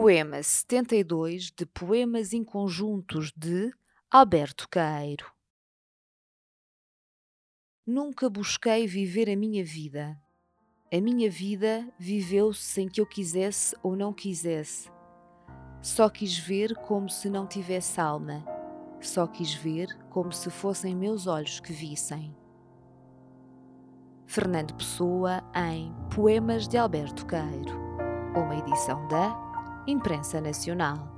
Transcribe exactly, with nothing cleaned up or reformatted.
Poema setenta e dois de Poemas Inconjuntos de Alberto Caeiro. Nunca busquei viver a minha vida. A minha vida viveu-se sem que eu quisesse ou não quisesse. Só quis ver como se não tivesse alma. Só quis ver como se fossem meus olhos que vissem. Fernando Pessoa em Poemas de Alberto Caeiro, uma edição da Imprensa Nacional.